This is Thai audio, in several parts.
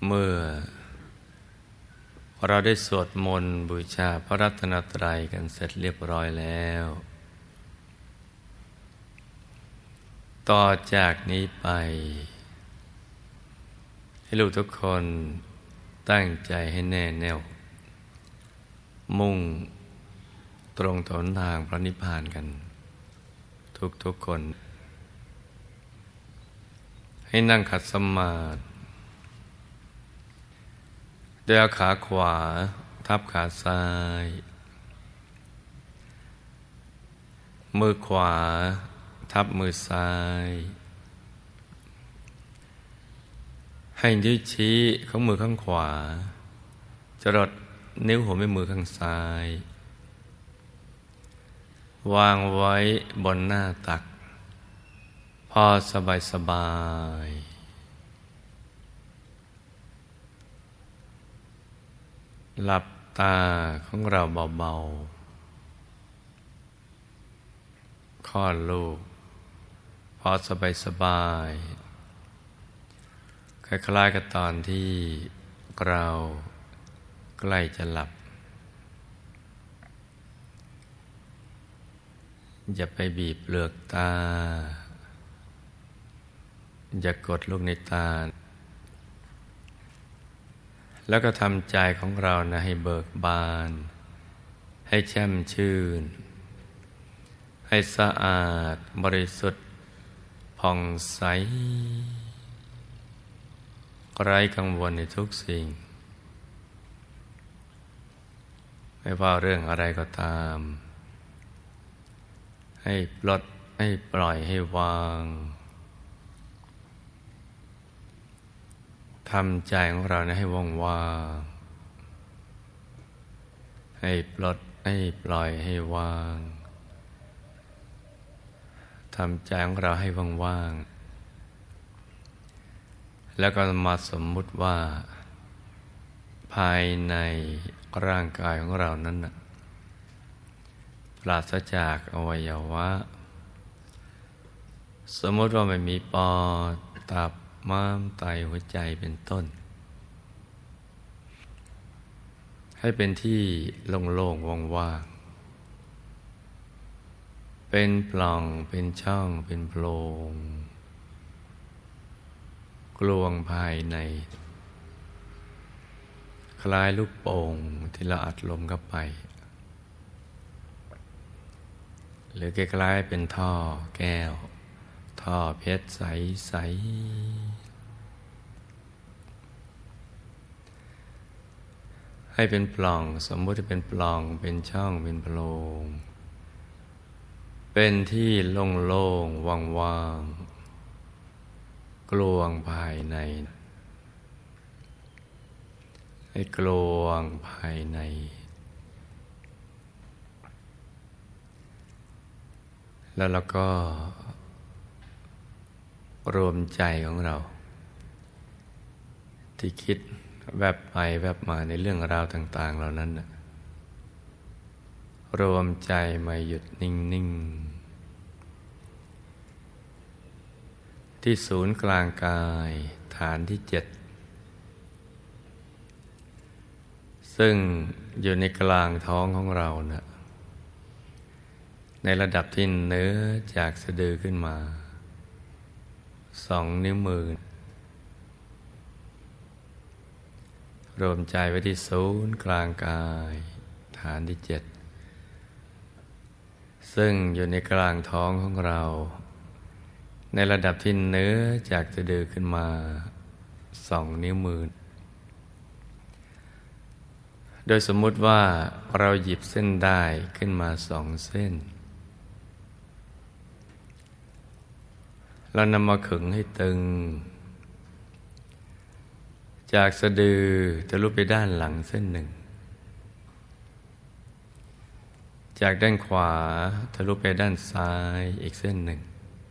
เมื่อเราได้สวดมนต์บูชาพระรัตนตรัยกันเสร็จเรียบร้อยแล้วต่อจากนี้ไปให้ลูกทุกคนตั้งใจให้แน่แน่วมุ่งตรงต่อหนทางพระนิพพานกันทุกคนให้นั่งขัดสมาธิโดยเอาขาขวาทับขาซ้ายมือขวาทับมือซ้ายให้นิ้วชี้ของมือข้างขวาจรดนิ้วหัวแม่มือข้างซ้ายวางไว้บนหน้าตักพอสบายหลับตาของเราเบาๆคลอดลูกพอสบายคล้ายๆกับตอนที่เราใกล้จะหลับอย่าไปบีบเปลือกตาอย่ากดลูกในตาแล้วก็ทำใจของเรานะให้เบิกบานให้แช่มชื่นให้สะอาดบริสุทธิ์ผ่องใสไร้กังวลในทุกสิ่งไม่ว่าเรื่องอะไรก็ตามให้ปลดให้ปล่อยให้วางทำใจของเราให้ว่างๆให้ปลดให้ปล่อยให้วางทำใจของเราให้ว่างๆแล้วก็มาสมมุติว่าภายในร่างกายของเรานั้นน่ะปราศจากอวัยวะสมมติว่าไม่มีปอดตับม้ามไตหัวใจเป็นต้นให้เป็นที่โล่งๆว่างๆเป็นปล่องเป็นช่องเป็นโพรงกลวงภายในคล้ายลูกโป่งที่เราอัดลมเข้าไปหรือคล้ายๆเป็นท่อแก้วท่อเพชรใสๆให้เป็นปล่องสมมติเป็นปล่องเป็นช่องเป็นโพรงเป็นที่โล่งๆว่างๆกลวงภายในให้กลวงภายในแล้วเราก็รวมใจของเราที่คิดแวบไปแวบมาในเรื่องราวต่างๆเหล่านั้นรวมใจมาหยุดนิ่งๆที่ศูนย์กลางกายฐานที่7ซึ่งอยู่ในกลางท้องของเรานะในระดับที่เหนือจากสะดือขึ้นมา2 นิ้วมือรวมใจไว้ที่ศูนย์กลางกายฐานที่7ซึ่งอยู่ในกลางท้องของเราในระดับที่เหนือจากสะดือขึ้นมา2 นิ้วมือโดยสมมุติว่าเราหยิบเส้นด้ายขึ้นมา2 เส้นเรานำมาขึงให้ตึงจากสะดือทะลุไปด้านหลังเส้นหนึ่งจากด้านขวาทะลุไปด้านซ้ายอีกเส้นหนึ่ง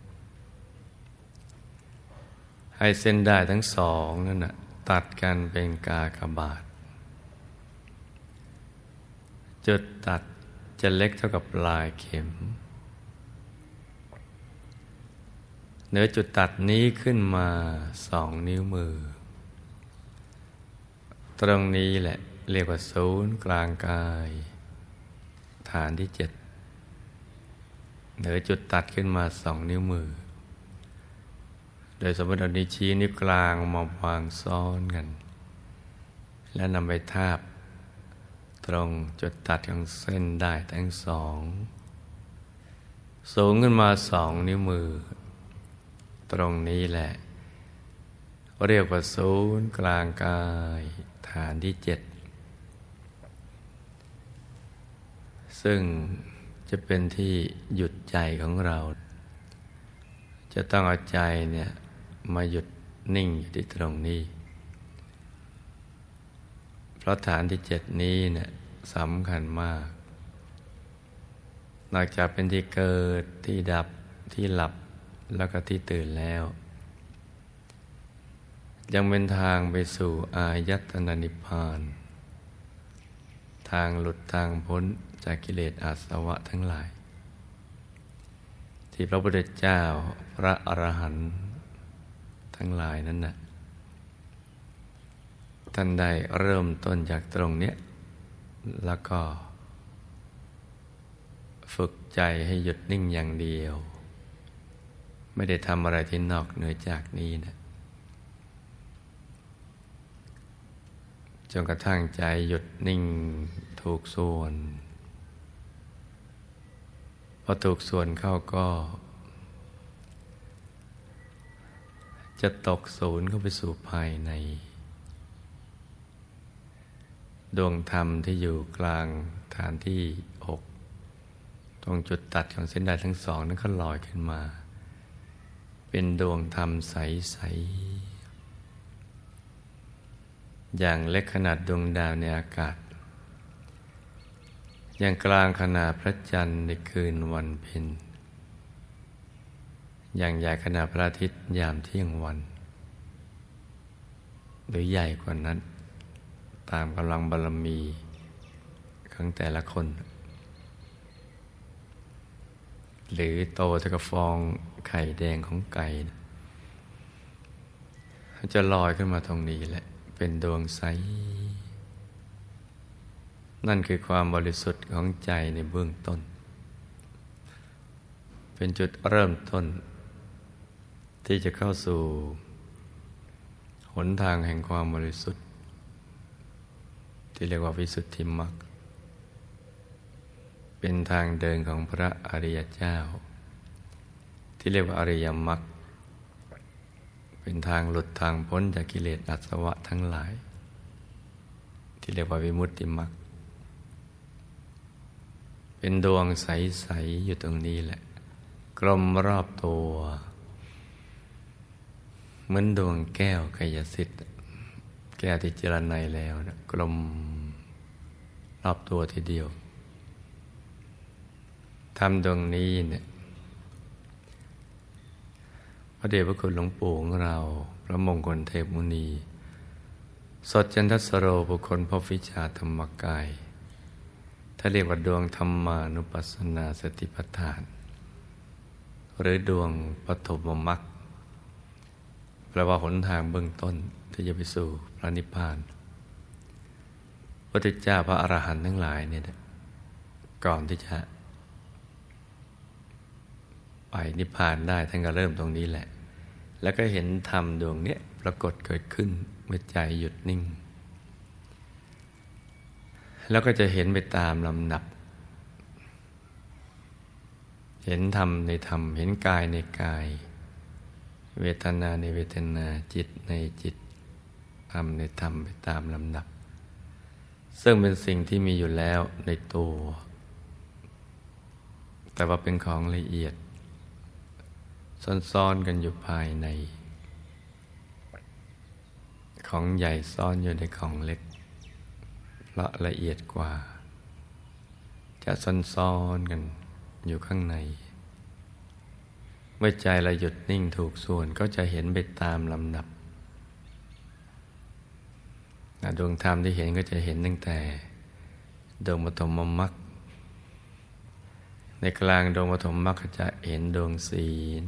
ให้เส้นด้ายทั้ง2นั่นน่ะตัดกันเป็นกากบาทจุดตัดจะเล็กเท่ากับปลายเข็มเหนือจุดตัดนี้ขึ้นมา2 นิ้วมือตรงนี้แหละเรียกว่าศูนย์กลางกาย ฐานที่ 7เหนือจุดตัดขึ้นมา2 นิ้วมือโดยสมมติเอานิ้วชี้นิ้วกลางมาวางซ้อนกันและนำไปทาบตรงจุดตัดของเส้นได้ทั้ง2สูงขึ้นมา2 นิ้วมือตรงนี้แหละเรียกว่าศูนย์กลางกายฐานที่ 7ซึ่งจะเป็นที่หยุดใจของเราจะต้องเอาใจเนี่ยมาหยุดนิ่งอยู่ที่ตรงนี้เพราะฐานที่ 7นี้เนี่ยสำคัญมากนอกจากเป็นที่เกิดที่ดับที่หลับแล้วก็ที่ตื่นแล้วยังเป็นทางไปสู่อายตนะนิพพานทางหลุดทางพ้นจากกิเลสอาสวะทั้งหลายที่พระพุทธเจ้าพระอรหันต์ทั้งหลายนั้นน่ะท่านได้เริ่มต้นจากตรงเนี้ยแล้วก็ฝึกใจให้หยุดนิ่งอย่างเดียวไม่ได้ทำอะไรที่นอกเหนือจากนี้นะจนกระทั่งใจหยุดนิ่งถูกส่วนพอถูกส่วนเข้าก็จะตกศูนย์เข้าไปสู่ภายในดวงธรรมที่อยู่กลางฐานที่ 6ตรงจุดตัดของเส้นได้ทั้ง 2นั้นก็ลอยขึ้นมาเป็นดวงธรรมใสๆอย่างเล็กขนาดดวงดาวในอากาศอย่างกลางขนาดพระจันทร์ในคืนวันเพ็ญอย่างใหญ่ขนาดพระอาทิตย์ยามเที่ยงวันหรือใหญ่กว่านั้นตามกำลังบารมีของแต่ละคนหรือโตเท่ากับฟองไข่แดงของไก่จะลอยขึ้นมาตรงนี้แหละเป็นดวงใสนั่นคือความบริสุทธิ์ของใจในเบื้องต้นเป็นจุดเริ่มต้นที่จะเข้าสู่หนทางแห่งความบริสุทธิ์ที่เรียกว่าวิสุทธิมรรคเป็นทางเดินของพระอริยเจ้าที่เรียกว่าอริยมรรคเป็นทางหลุดทางพ้นจากกิเลสอาสวะทั้งหลายที่เรียกว่าวิมุตติมรรคเป็นดวงใสๆอยู่ตรงนี้แหละกลมรอบตัวเหมือนดวงแก้วกายสิทธิ์แก้วที่เจรไนแล้วนะกลมรอบตัวทีเดียวทำดวงนี้เนี่ยพระเดชพระคุณหลวงปู่ของเราพระมงคลเทพมุนีสดจันทสโรบุคคลพบวิชาธรรมกายถ้าเรียกว่าดวงธรรมานุปัสสนาสติปัฏฐานหรือดวงปฐมมรรคแปลว่าหนทางเบื้องต้นที่จะไปสู่พระนิพพานพระพุทธเจ้าพระอรหันต์ทั้งหลายเนี่ยก่อนที่จะไปนิพพานได้ท่านก็เริ่มตรงนี้แหละแล้วก็เห็นธรรมดวงนี้ปรากฏเกิดขึ้นเมื่อใจหยุดนิ่งแล้วก็จะเห็นไปตามลำดับเห็นธรรมในธรรมเห็นกายในกายเวทนาในเวทนาจิตในจิตธรรมในธรรมไปตามลำดับซึ่งเป็นสิ่งที่มีอยู่แล้วในตัวแต่ว่าเป็นของละเอียดซ่อนๆกันอยู่ภายในของใหญ่ซ่อนอยู่ในของเล็กเพราะละเอียดกว่าจะซ่อนๆกันอยู่ข้างในเมื่อใจเราหยุดนิ่งถูกส่วนก็จะเห็นไปตามลำดับดวงธรรมที่เห็นก็จะเห็นตั้งแต่ดวงปฐมมรรคในกลางดวงปฐมมรรคจะเห็นดวงศีล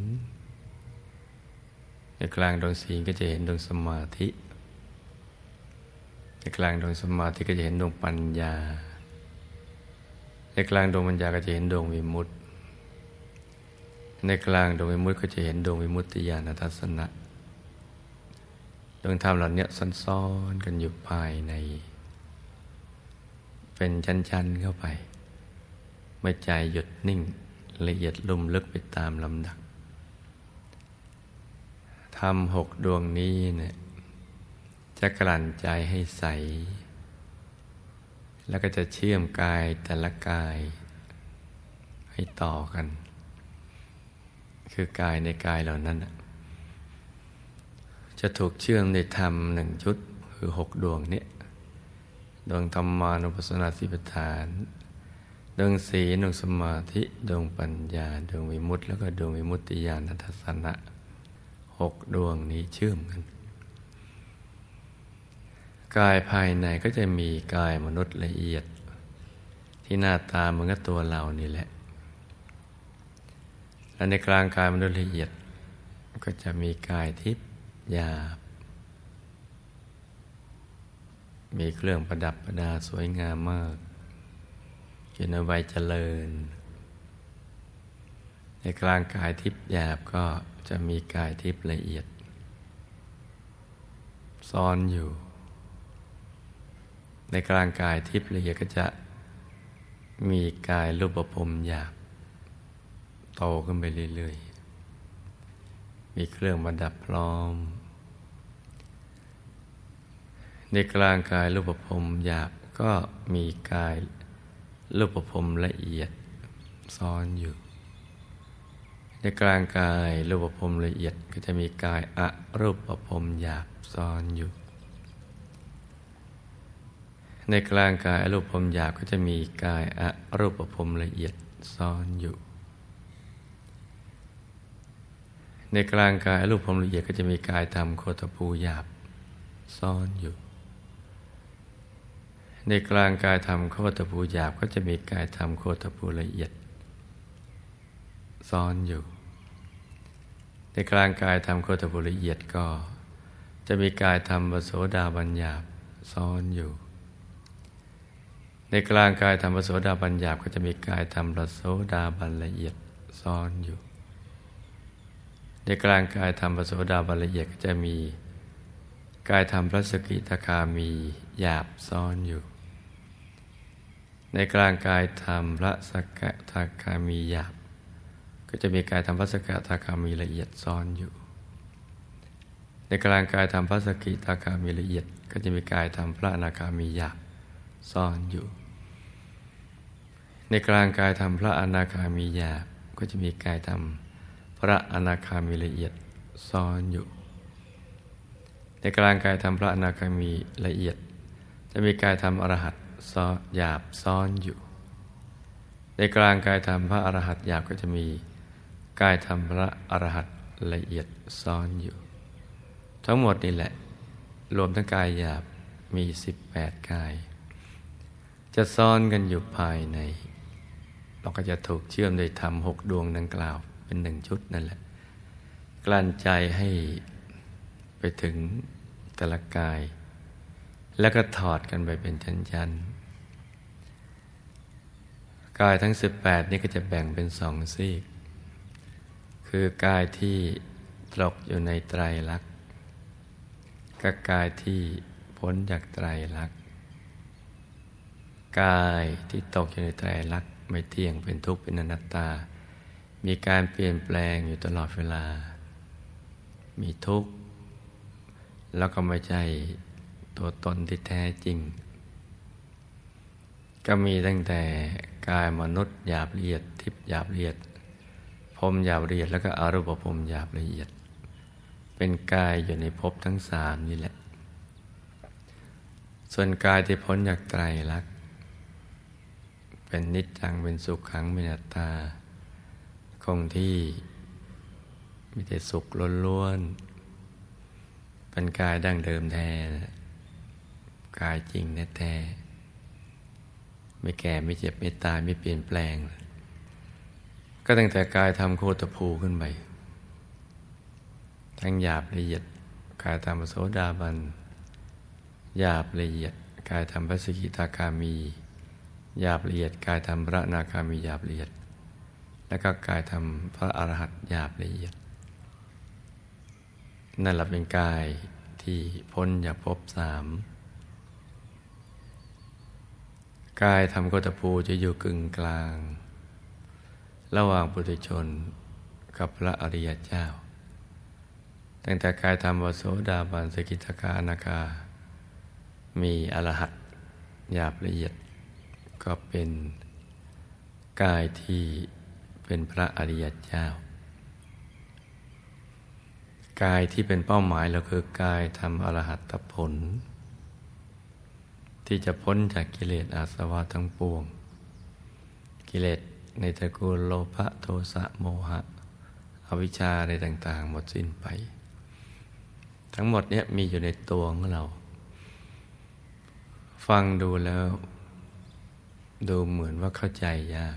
ในกลางดวงศีลก็จะเห็นดวงสมาธิในกลางดวงสมาธิก็จะเห็นดวงปัญญาในกลางดวงปัญญาก็จะเห็นดวงวิมุตติในกลางดวงวิมุตติก็จะเห็นดวงวิมุตติญาณทัศนะดวงธรรมเหล่านี้ซ้อนๆกันอยู่ภายในเป็นชั้นๆเข้าไปเมื่อใจหยุดนิ่งละเอียดลุ่มลึกไปตามลำดับธรรม6 ดวงนี้เนี่ยจะกลั่นใจให้ใสแล้วก็จะเชื่อมกายแต่ละกายให้ต่อกันคือกายในกายเหล่านั้นจะถูกเชื่อมในธรรม1 ชุดคือ6 ดวงนี้ดวงธรรมานุปัสสนาสติปัฏฐานดวงศีลดวงสมาธิดวงปัญญาดวงวิมุตติแล้วก็ดวงวิมุตติญาณทัศนะ6 ดวงนี้เชื่อมกันกายภายในก็จะมีกายมนุษย์ละเอียดที่หน้าตาเหมือนกับตัวเรานี่แหละและในกลางกายมนุษย์ละเอียดก็จะมีกายทิพย์หยาบมีเครื่องประดับประดาสวยงามมากอยู่ในวัยเจริญในกลางกายทิพย์หยาบก็จะมีกายทิพย์ละเอียดซ่อนอยู่ในกลางกายทิพย์ละเอียดก็จะมีกายรูปภพหยาบโตขึ้นไปเรื่อยๆมีเครื่องประดับพร้อมในกลางกายรูปภพหยาบก็มีกายรูปภพละเอียดซ่อนอยู่ในกลางกายรูปภพละเอียดก็จะมีกายอรูปภพหยาบซ่อนอยู่ในกลางกายอรูปภพหยาบก็จะมีกายอรูปภพละเอียดซ่อนอยู่ในกลางกายอรูปภพละเอียดก็จะมีกายธรรมโคตภูหยาบซ่อนอยู่ในกลางกายธรรมโคตภูหยาบก็จะมีกายธรรมโคตภูละเอียดซ่อนอยู่ในกลางกายธรรมโคตภูละเอียดก็จะมีกายธรรมวโสดาบันหยาบซ่อนอยู่ในกลางกายธรรมวโสดาบันหยาบก็จะมีกายธรรมวโสดาบันละเอียดซ่อนอยู่ในกลางกายธรรมวโสดาบันละเอียดก็จะมีกายธรรมพระสกิทาคามีหยาบซ่อนอยู่ในกลางกายธรรมพระสกทาคามีหยาบก็จะมีกายธรรมพระสกทาคามีละเอียดซ่อนอยู่ในกลางกายธรรมพระสกิทาคามีละเอียดก็จะมีกายธรรมพระอนาคามีหยาบซ่อนอยู่ในกลางกายธรรมพระอนาคามีหยาบก็จะมีกายธรรมพระอนาคามีละเอียดซ่อนอยู่ในกลางกายธรรมพระอนาคามีละเอียดจะมีกายธรรมอรหัตหยาบซ่อนอยู่ในกลางกายธรรมพระอรหัตหยาบก็จะมีกายธรรมพระอรหัตละเอียดซ่อนอยู่ทั้งหมดนี่แหละรวมทั้งกายหยาบมี18 กายจะซ่อนกันอยู่ภายในเราก็จะถูกเชื่อมโดยธรรม6 ดวงดังกล่าวเป็น1 ชุดนั่นแหละกลั่นใจให้ไปถึงแต่ละกายแล้วก็ถอดกันไปเป็นชั้นๆกายทั้ง18นี้ก็จะแบ่งเป็น2 ซีกคือกายที่ตกอยู่ในไตรลักษณ์กับกายที่พ้นจากไตรลักษณ์กายที่ตกอยู่ในไตรลักษณ์ไม่เที่ยงเป็นทุกข์เป็นอนัตตามีการเปลี่ยนแปลงอยู่ตลอดเวลามีทุกข์แล้วก็ไม่ใช่ตัวตนที่แท้จริงก็มีตั้งแต่กายมนุษย์หยาบละเอียดทิพย์หยาบละเอียดพรหมหยาบละเอียดแล้วก็อรูปพรหมหยาบละเอียดเป็นกายอยู่ในภพทั้ง3นี่แหละส่วนกายที่พ้นจากไตรลักษณ์เป็นนิจจังเป็นสุขขังเป็นอนัตตาคงที่มีแต่สุขล้วนๆเป็นกายดั้งเดิมแท้กายจริงแท้ๆไม่แก่ไม่เจ็บไม่ตายไม่เปลี่ยนแปลงก็ตั้งแต่กายทำโคตภูขึ้นไปทั้งหยาบละเอียดกายธรรมโสดาบันหยาบละเอียดกายธรรมพระสกิทาคามีหยาบละเอียดกายธรรมพระอนาคามีหยาบละเอียดแล้วก็กายธรรมพระอรหันต์หยาบละเอียดนั่นแหละเป็นกายที่พ้นจากภพสามกายธรรมโคตภูจะอยู่กึ่งกลางระหว่างปุถุชนกับพระอริยเจ้าตั้งแต่กายธรรมวโสดาบันสกิทาคาอนาคามีอรหัตหยาบละเอียดก็เป็นกายที่เป็นพระอริยเจ้ากายที่เป็นเป้าหมายเราคือกายทำอรหัตผลที่จะพ้นจากกิเลสอาสวะทั้งปวงกิเลสในตระกูลโลภะโทสะโมหะอวิชชาอะไรต่างๆหมดสิ้นไปทั้งหมดนี้มีอยู่ในตัวของเราฟังดูแล้วดูเหมือนว่าเข้าใจยาก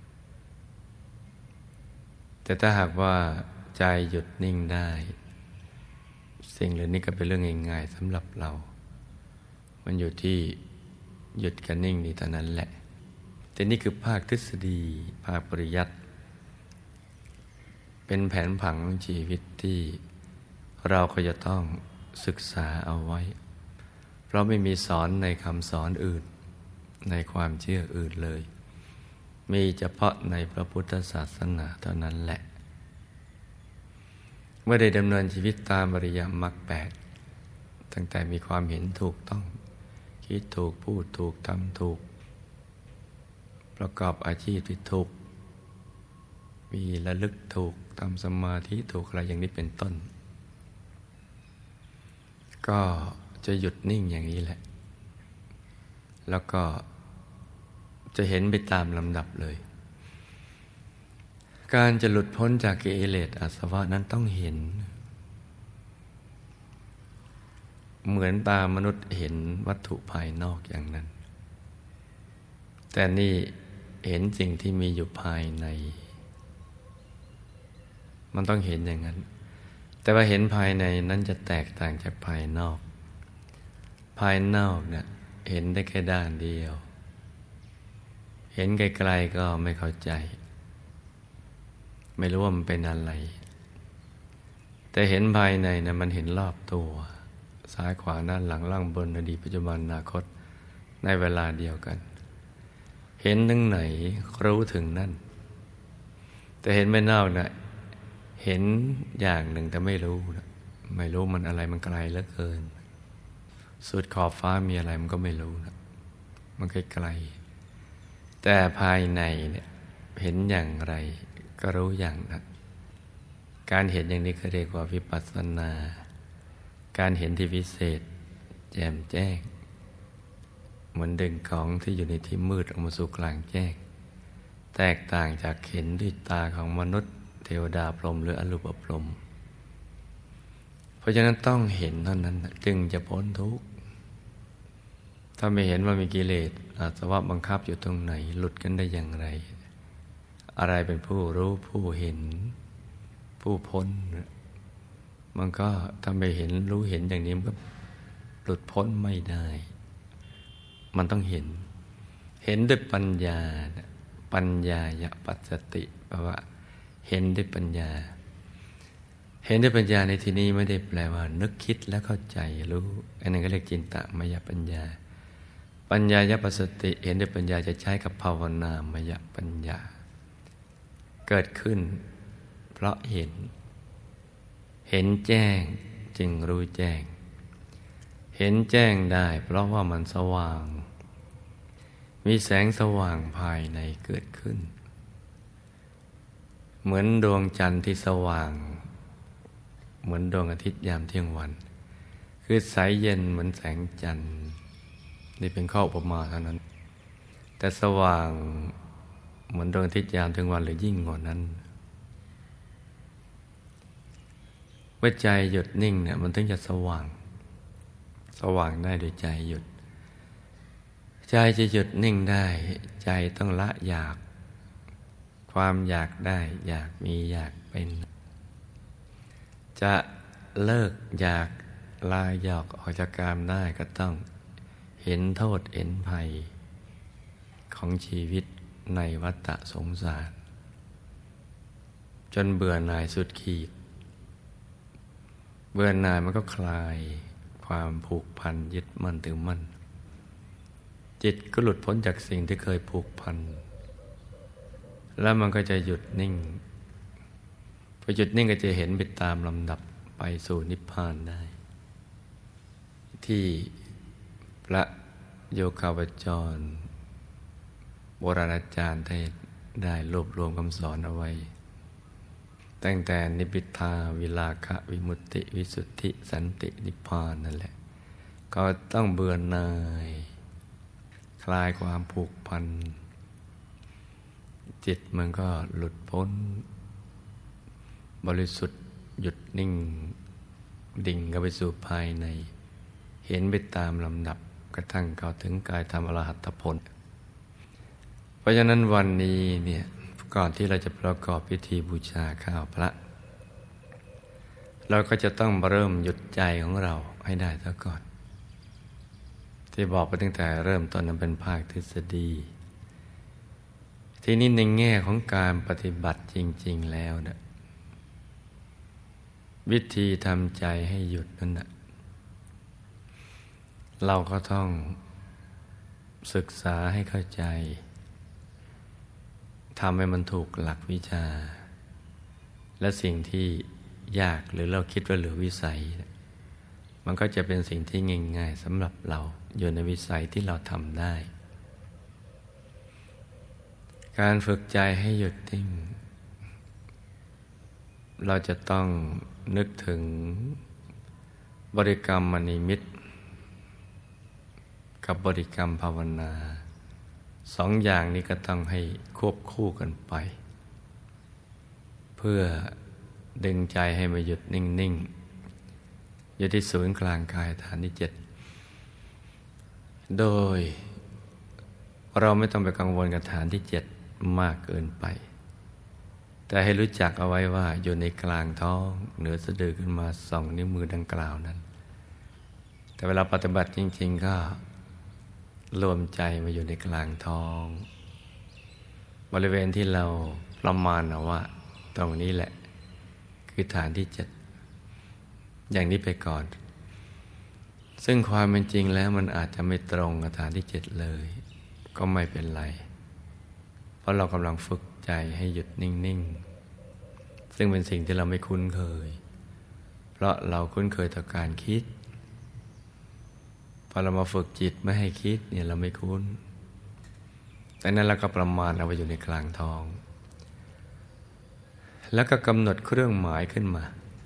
แต่ถ้าหากว่าใจหยุดนิ่งได้สิ่งเหล่านี้ก็เป็นเรื่องง่ายๆสำหรับเรามันอยู่ที่หยุดกับนิ่งนี่เท่านั้นแหละแต่นี่คือภาคทฤษฎีภาคปริยัติเป็นแผนผังของชีวิตที่เราก็จะต้องศึกษาเอาไว้เพราะไม่มีสอนในคำสอนอื่นในความเชื่ออื่นเลยมีเฉพาะในพระพุทธศาสนาเท่านั้นแหละเมื่อได้ดำเนินชีวิตตามอริยมรรคแปดตั้งแต่มีความเห็นถูกต้องคิดถูกพูดถูกทำถูกประกอบอาชีพที่ถูกมีระลึกถูกทำสมาธิถูกอะไรอย่างนี้เป็นต้นก็จะหยุดนิ่งอย่างนี้แหละแล้วก็จะเห็นไปตามลำดับเลยการจะหลุดพ้นจากกิเลสอาสวะนั้นต้องเห็นเหมือนตามนุษย์เห็นวัตถุภายนอกอย่างนั้นแต่นี่เห็นสิ่งที่มีอยู่ภายในมันต้องเห็นอย่างนั้นแต่ว่าเห็นภายในนั้นจะแตกต่างจากภายนอกภายนอกเนี่ยเห็นได้แค่ด้านเดียวเห็นไกลๆก็ไม่เข้าใจไม่รู้ว่ามันเป็นอะไรแต่เห็นภายในนะมันเห็นรอบตัวซ้ายขวาหน้าหลังล่างบนอดีตปัจจุบันอนาคตในเวลาเดียวกันเห็นถึงไหนรู้ถึงนั่นแต่เห็นไม่นอกนะเห็นอย่างหนึ่งแต่ไม่รู้นะไม่รู้มันอะไรมันไกลเหลือเกินสุดขอบฟ้ามีอะไรมันก็ไม่รู้นะมันไกลๆแต่ภายในเนี่ยเห็นอย่างไรก็รู้อย่างนั้นการเห็นอย่างนี้เขาเรียกว่าวิปัสสนาการเห็นที่วิเศษแจ่มแจ้งเหมือนดึงของที่อยู่ในที่มืดออกมาสู่กลางแจ้งแตกต่างจากเห็นด้วยตาของมนุษย์เทวดาพรหมหรืออรูปพรหมเพราะฉะนั้นต้องเห็นเท่านั้นจึงจะพ้นทุกข์ถ้าไม่เห็นว่ามีกิเลสอาสวะบังคับอยู่ตรงไหนหลุดกันได้อย่างไรอะไรเป็นผู้รู้ผู้เห็นผู้พ้นมันก็ถ้าไม่เห็นรู้เห็นอย่างนี้มันก็หลุดพ้นไม่ได้มันต้องเห็นด้วยปัญญาปัญญายปัสสติแปลว่าเห็นด้วยปัญญาเห็นด้วยปัญญาในที่นี้ไม่ได้แปลว่านึกคิดแล้วเข้าใจรู้อันนั้นก็เรียกจินตมยปัญญาปัญญายปัสสติเห็นด้วยปัญญาจะใช้กับภาวนามยปัญญาเกิดขึ้นเพราะเห็นแจ้งจึงรู้แจ้งเห็นแจ้งได้เพราะว่ามันสว่างมีแสงสว่างภายในเกิดขึ้นเหมือนดวงจันทร์ที่สว่างเหมือนดวงอาทิตย์ยามเที่ยงวันคือใสเย็นเหมือนแสงจันทร์นี่เป็นข้ออุปมาเท่านั้นแต่สว่างเหมือนดวงอาทิตย์ยามเที่ยงวันหรือยิ่งกว่านั้นเมื่อใจหยุดนิ่งเนี่ยมันถึงจะสว่างได้โดยใจหยุดใจจะหยุดนิ่งได้ใจต้องละอยากความอยากได้อยากมีอยากเป็นจะเลิกอยากลายหยอกออกจากกามได้ก็ต้องเห็นโทษเห็นภัยของชีวิตในวัฏฏะสงสารจนเบื่อหน่ายสุดขีดเบื่อหน่ายมันก็คลายความผูกพันยึดมั่นถือมั่นจิตก็หลุดพ้นจากสิ่งที่เคยผูกพันแล้วมันก็จะหยุดนิ่งพอหยุดนิ่งก็จะเห็นไปตามลำดับไปสู่นิพพานได้ที่พระโยคาวจรโบราณอาจารย์ได้รวบรวมคำสอนเอาไว้ตั้งแต่นิพพิทาวิราคะวิมุตติวิสุทธิสันตินิพพานนั่นแหละก็ต้องเบื่อหน่ายคลายความผูกพันจิตมันก็หลุดพ้นบริสุทธิ์หยุดนิ่งดิ่งเข้าไปสู่ภายในเห็นไปตามลำดับกระทั่งเข้าถึงกายธรรมอรหัตผลเพราะฉะนั้นวันนี้เนี่ยก่อนที่เราจะประกอบพิธีบูชาข้าวพระเราก็จะต้องเริ่มหยุดใจของเราให้ได้ซะก่อนที่บอกไปตั้งแต่เริ่มต้นนั้นเป็นภาคทฤษฎีทีนี้ในแง่ของการปฏิบัติจริงๆแล้วนะวิธีทำใจให้หยุดนั่นนะเราก็ต้องศึกษาให้เข้าใจทำให้มันถูกหลักวิชาและสิ่งที่ยากหรือเราคิดว่าเหลือวิสัยมันก็จะเป็นสิ่งที่ง่ายๆสำหรับเราอยู่ในวิสัยที่เราทำได้การฝึกใจให้หยุดนิ่งเราจะต้องนึกถึงบริกรรมนิมิตกับบริกรรมภาวนาสองอย่างนี้ก็ต้องให้ควบคู่กันไปเพื่อดึงใจให้มาหยุดนิ่งๆอยู่ที่ศูนย์กลางกายฐานที่ 7โดยเราไม่ต้องไปกังวลกับฐานที่ 7มากเกินไปแต่ให้รู้จักเอาไว้ว่าอยู่ในกลางท้องเหนือสะดือขึ้นมา2 นิ้วมือดังกล่าวนั้นแต่เวลาปฏิบัติจริงๆก็รวมใจมาอยู่ในกลางท้องบริเวณที่เราประมาณเอาว่าตรงนี้แหละคือฐานที่ 7อย่างนี้ไปก่อนซึ่งความเป็นจริงแล้วมันอาจจะไม่ตรงกับฐานที่ 7เลยก็ไม่เป็นไรเพราะเรากำลังฝึกใจให้หยุดนิ่งๆซึ่งเป็นสิ่งที่เราไม่คุ้นเคยเพราะเราคุ้นเคยต่อการคิดพอเรามาฝึกจิตไม่ให้คิดเนี่ยเราไม่คุ้นดังนั้นเราก็ประมาณเอาไว้อยู่ในกลางท้องแล้วก็กำหนดเครื่องหมายขึ้นมา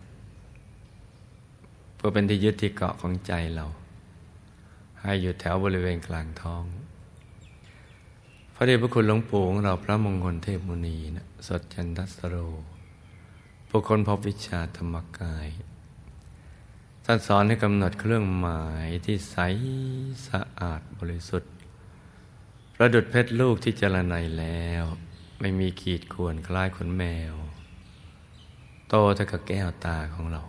เพื่อเป็นที่ยึดที่เกาะของใจเราให้อยู่แถวบริเวณกลางท้องพระเดชพระคุณหลวงปู่ของเราพระมงคลเทพมุนีนะสดจันทสโรผู้คนพบวิชาธรรมกายท่านสอนให้กำหนดเครื่องหมายที่ใสสะอาดบริสุทธิ์ประดุจเพชรลูกที่เจรไนแล้วไม่มีขีดข่วนคล้ายขนแมวโตเท่ากับแก้วตาของเรา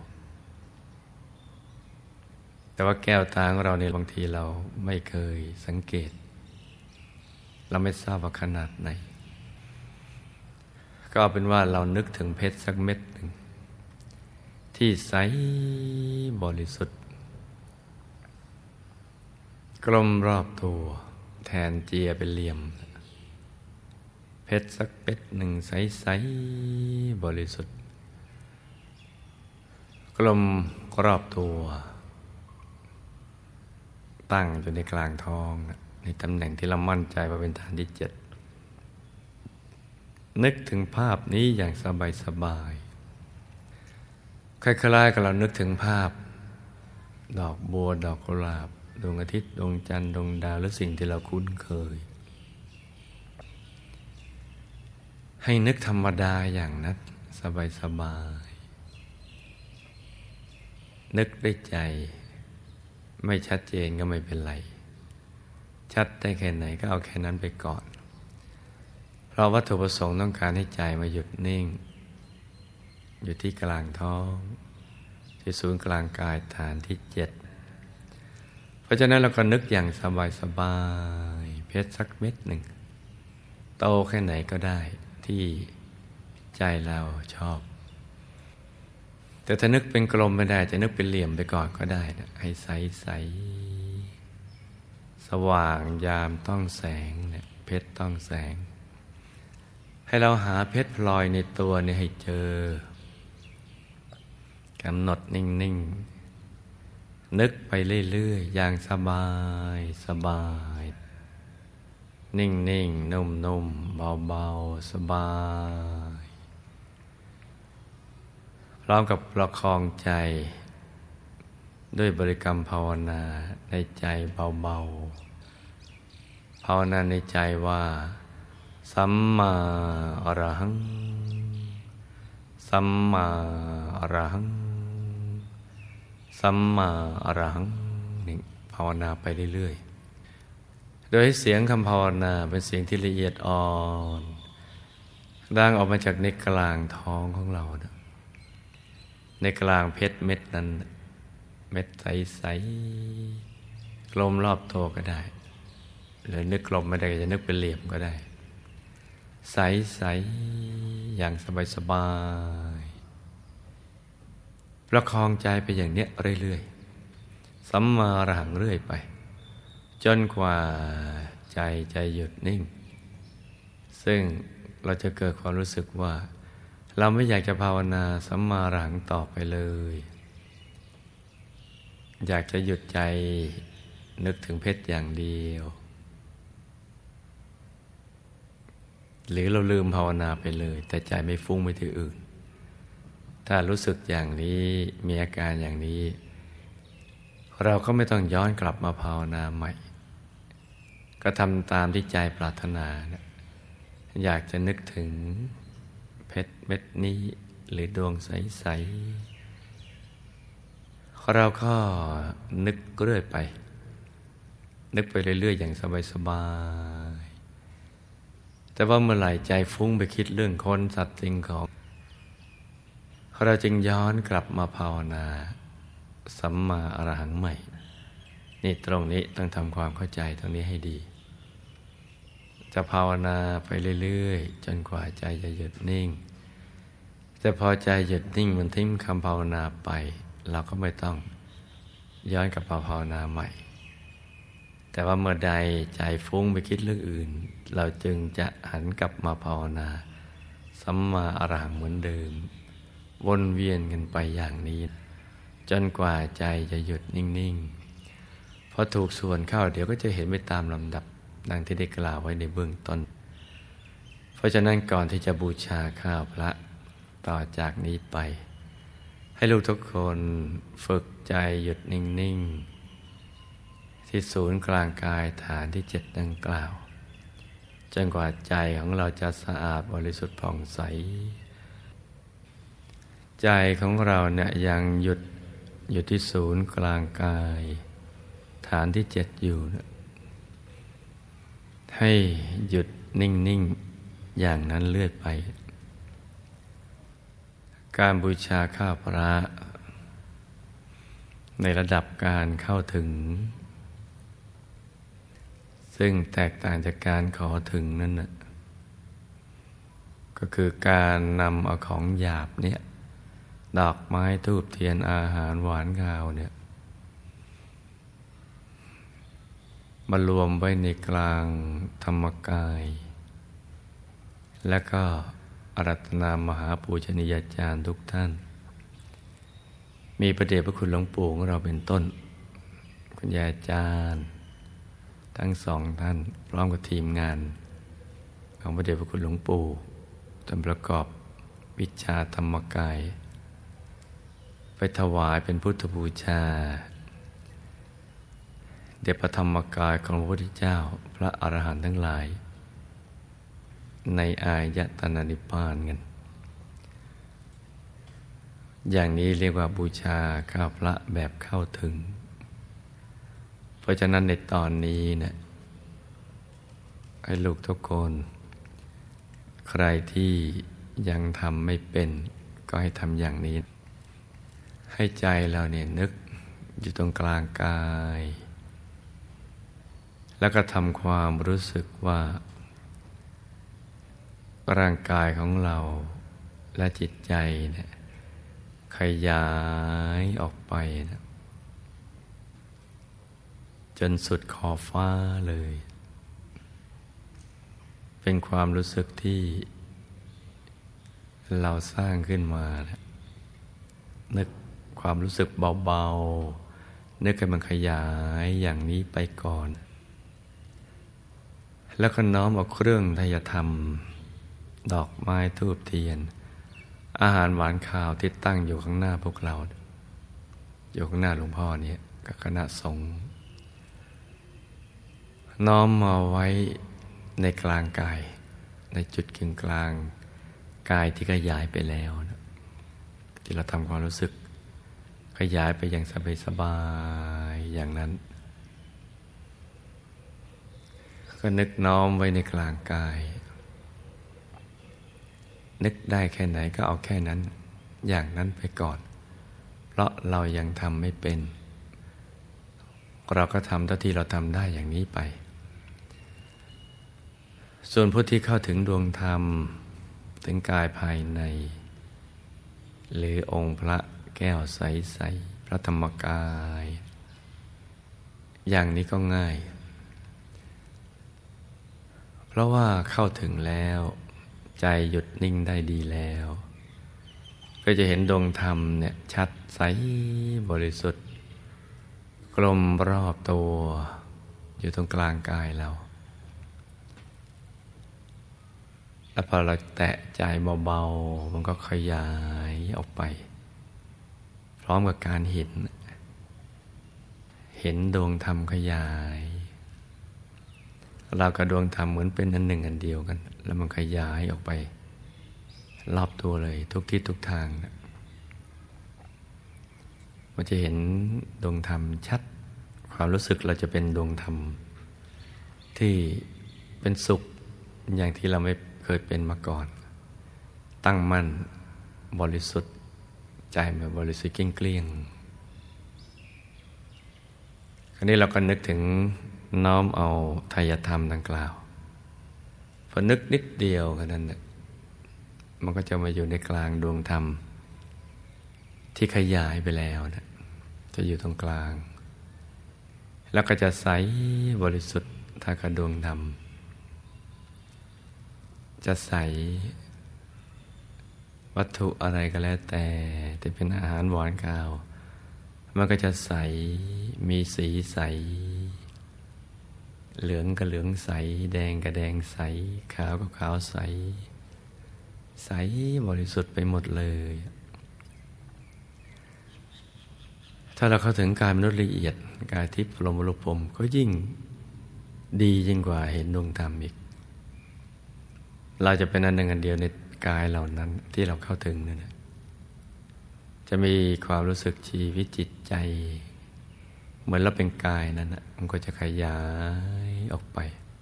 แต่ว่าแก้วตาของเราเนี่ยบางทีเราไม่เคยสังเกตเราไม่ทราบว่าขนาดไหนก็เป็นว่าเรานึกถึงเพชรสักเม็ดหนึ่งที่ใสบริสุทธิ์กลมรอบตัวแทนเจียเป็นเหลี่ยมเพชรสักเม็ดหนึ่งใสบริสุทธิ์กลมรอบตัวตั้งอยู่ในกลางท้องในตำแหน่งที่เรามั่นใจว่าเป็นฐานที่ 7นึกถึงภาพนี้อย่างสบายๆคล้ายๆกับเรานึกถึงภาพดอกบัวดอกกุหลาบดวงอาทิตย์ดวงจันทร์ดวงดาวหรือสิ่งที่เราคุ้นเคยให้นึกธรรมดาอย่างนั้นสบายๆนึกด้วยใจไม่ชัดเจนก็ไม่เป็นไรชัดได้แค่ไหนก็เอาแค่นั้นไปก่อนเพราะวัตถุประสงค์ต้องการให้ใจมาหยุดนิ่งอยู่ที่กลางท้องที่ศูนย์กลางกายฐานที่ 7เพราะฉะนั้นเราก็นึกอย่างสบายๆเพชรสักเม็ดหนึ่งโตแค่ไหนก็ได้ที่ใจเราชอบแต่ถ้านึกเป็นกลมไม่ได้จะนึกเป็นเหลี่ยมไปก่อนก็ได้นะให้ใสๆสว่างยามต้องแสงเนี่ยเพชรต้องแสงให้เราหาเพชรพลอยในตัวเนี่ยให้เจอกำหนดนิ่งๆนึกไปเรื่อยๆอย่างสบายนิ่งๆนุ่มๆเบาๆสบายพร้อมกับประคองใจด้วยบริกรรมภาวนาในใจเบาๆภาวนาในใจว่าสัมมาอรหังสัมมาอรหังสัมมาอรหังนี่ภาวนาไปเรื่อยๆโดยเสียงคำภาวนาเป็นเสียงที่ละเอียดอ่อนดังออกมาจากในกลางท้องของเรานะในกลางเพชรเม็ดนั้นเม็ดใสๆกลมรอบตัวก็ได้หรือนึกกลมไม่ได้ก็จะนึกเป็นเหลี่ยมก็ได้ใสๆอย่างสบายๆประคองใจไปอย่างเนี้ยเรื่อยๆสัมมาอรหังเรื่อยไปจนกว่าใจหยุดนิ่งซึ่งเราจะเกิดความรู้สึกว่าเราไม่อยากจะภาวนาสัมมาอรหังต่อไปเลยอยากจะหยุดใจนึกถึงเพชรอย่างเดียวหรือเราลืมภาวนาไปเลยแต่ใจไม่ฟุ้งไปที่อื่นถ้ารู้สึกอย่างนี้มีอาการอย่างนี้เราก็ไม่ต้องย้อนกลับมาภาวนาใหม่ก็ทำตามที่ใจปรารถนานะอยากจะนึกถึงเพชรเม็ดนี้หรือดวงใสๆเราก็นึกเรื่อยไปนึกไปเรื่อยๆอย่างสบายๆแต่ว่าเมื่อไหร่ใจฟุ้งไปคิดเรื่องคนสัตว์สิ่งของเราจึงย้อนกลับมาภาวนาสัมมาอรหังใหม่นี่ตรงนี้ต้องทำความเข้าใจตรงนี้ให้ดีจะภาวนาไปเรื่อยๆจนกว่าใจจะหยุดนิ่งแต่พอใจหยุดนิ่งมันทิ้งคำภาวนาไปเราก็ไม่ต้องย้อนกลับมาภาวนาใหม่แต่ว่าเมื่อใดใจฟุ้งไปคิดเรื่องอื่นเราจึงจะหันกลับมาภาวนาสัมมาอรหังเหมือนเดิมวนเวียนกันไปอย่างนี้จนกว่าใจจะหยุดนิ่งๆพอถูกส่วนเข้าเดี๋ยวก็จะเห็นไปตามลำดับดังที่ได้กล่าวไว้ในเบื้องต้นเพราะฉะนั้นก่อนที่จะบูชาข้าวพระต่อจากนี้ไปให้ลูกทุกคนฝึกใจหยุดนิ่งๆที่ศูนย์กลางกายฐานที่ 7ดังกล่าวจนกว่าใจของเราจะสะอาดบริสุทธิ์ผ่องใสใจของเราเนี่ยยังหยุดอยู่ที่ศูนย์กลางกายฐานที่ 7อยู่นะให้หยุดนิ่งๆอย่างนั้นเลื่อยไปการบูชาข้าวพระในระดับการเข้าถึงซึ่งแตกต่างจากการขอถึงนั่นนะก็คือการนำเอาของหยาบเนี่ยดอกไม้ธูปเทียนอาหารหวานข้าวเนี่ยมารวมไว้ในกลางธรรมกายและก็อารัตนามหาปูชนียาจารย์ทุกท่านมีพระเดชพระคุณหลวงปู่ของเราเป็นต้นคุณยายอาจารย์ทั้งสองท่านพร้อมกับทีมงานของพระเดชพระคุณหลวงปู่จนประกอบวิชาธรรมกายไปถวายเป็นพุทธบูชาเดชพระธรรมกายของพระพุทธเจ้าพระอรหันต์ทั้งหลายในอายตนะนิพพานกันอย่างนี้เรียกว่าบูชาข้าวพระแบบเข้าถึงเพราะฉะนั้นในตอนนี้เนี่ยให้ลูกทุกคนใครที่ยังทำไม่เป็นก็ให้ทำอย่างนี้ให้ใจเราเนี่ยนึกอยู่ตรงกลางกาย แล้วก็ทำความรู้สึกว่าร่างกายของเราและจิตใจเนี่ยขยายออกไปนะจนสุดขอบฟ้าเลย เป็นความรู้สึกที่เราสร้างขึ้นมานะนึกความรู้สึกเบาๆนึกให้มันขยายอย่างนี้ไปก่อน แล้วก็น้อมเอาเครื่องไทยธรรมดอกไม้ธูปเทียนอาหารหวานข้าวที่ตั้งอยู่ข้างหน้าพวกเราอยู่ข้างหน้าหลวงพ่อเนี่ยกับคณะสงฆ์น้อมมาไว้ในกลางกายในจุดกึ่งกลางกายที่ขยายไปแล้วนะที่เราทำความรู้สึกขยายไปอย่างสบายๆอย่างนั้นก็นึกน้อมไว้ในกลางกายนึกได้แค่ไหนก็เอาแค่นั้นอย่างนั้นไปก่อนเพราะเรายังทำไม่เป็นเราก็ทำเท่าที่เราทำได้อย่างนี้ไปส่วนผู้ที่เข้าถึงดวงธรรมถึงกายภายในหรือองค์พระแก้วใสๆพระธรรมกายอย่างนี้ก็ง่ายเพราะว่าเข้าถึงแล้วใจหยุดนิ่งได้ดีแล้วก็จะเห็นดวงธรรมเนี่ยชัดใสบริสุทธิ์กลมรอบตัวอยู่ตรงกลางกายเราแล้วพอเราแตะใจเบาๆมันก็ขยายออกไปพร้อมกับการเห็นดวงธรรมขยายเรากับดวงธรรมเหมือนเป็นอันหนึ่งอันเดียวกันแล้วมันขยายออกไปรอบตัวเลยทุกทิศทุกทางนะมันจะเห็นดวงธรรมชัดความรู้สึกเราจะเป็นดวงธรรมที่เป็นสุขอย่างที่เราไม่เคยเป็นมาก่อนตั้งมั่นบริสุทธิ์ใจมันบริสุทธิ์เกลี้ยงคราวนี้เราก็นึกถึงน้อมเอาไทยธรรมดังกล่าวพอนึกนิดเดียวกันนั้นมันก็จะมาอยู่ในกลางดวงธรรมที่ขยายไปแล้วนะจะอยู่ตรงกลางแล้วก็จะใสบริสุทธิ์ถ้ากระดวงธรรมจะใสวัตถุอะไรก็แล้วแต่ที่เป็นอาหารหวานข้าวมันก็จะใสมีสีใสเหลืองก็เหลืองใสแดงก็แดงใสขาวก็ขาวใสใสบริสุทธิ์ไปหมดเลยถ้าเราเข้าถึงกายมนุษย์ละเอียดกายทิพย์พรหมรูปพรหมก็ยิ่งดียิ่งกว่าเห็นดวงธรรมอีกเราจะเป็นอันหนึ่งอันเดียวในกายเหล่านั้นที่เราเข้าถึงนั่นจะมีความรู้สึกชีวิตจิตใจเหมือนเราเป็นกายนั้นนะมันก็จะขยายออกไป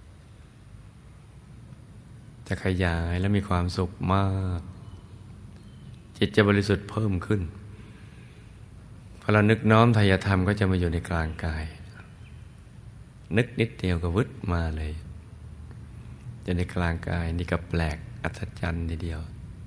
จะขยายและมีความสุขมากจิตจะบริสุทธิ์เพิ่มขึ้นพอเรานึกน้อมไทยธรรมก็จะมาอยู่ในกลางกายนึกนิดเดียวก็วึดมาเลยจะในกลางกายนี่ก็แปลกอัศจรรย์ทีเดียว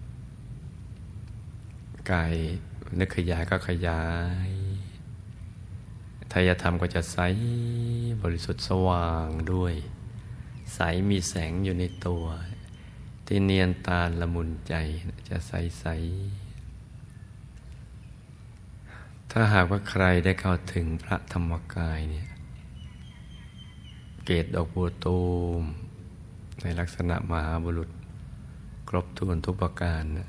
กายนึกขยายก็ขยายไทยธรรมก็จะใสบริสุทธิ์สว่างด้วยใสมีแสงอยู่ในตัวที่เนียนตาละมุนใจจะใสๆถ้าหากว่าใครได้เข้าถึงพระธรรมกายเนี่ยเกศดอกบัวตูมในลักษณะมหาบุรุษครบถ้วนทุกประการนะ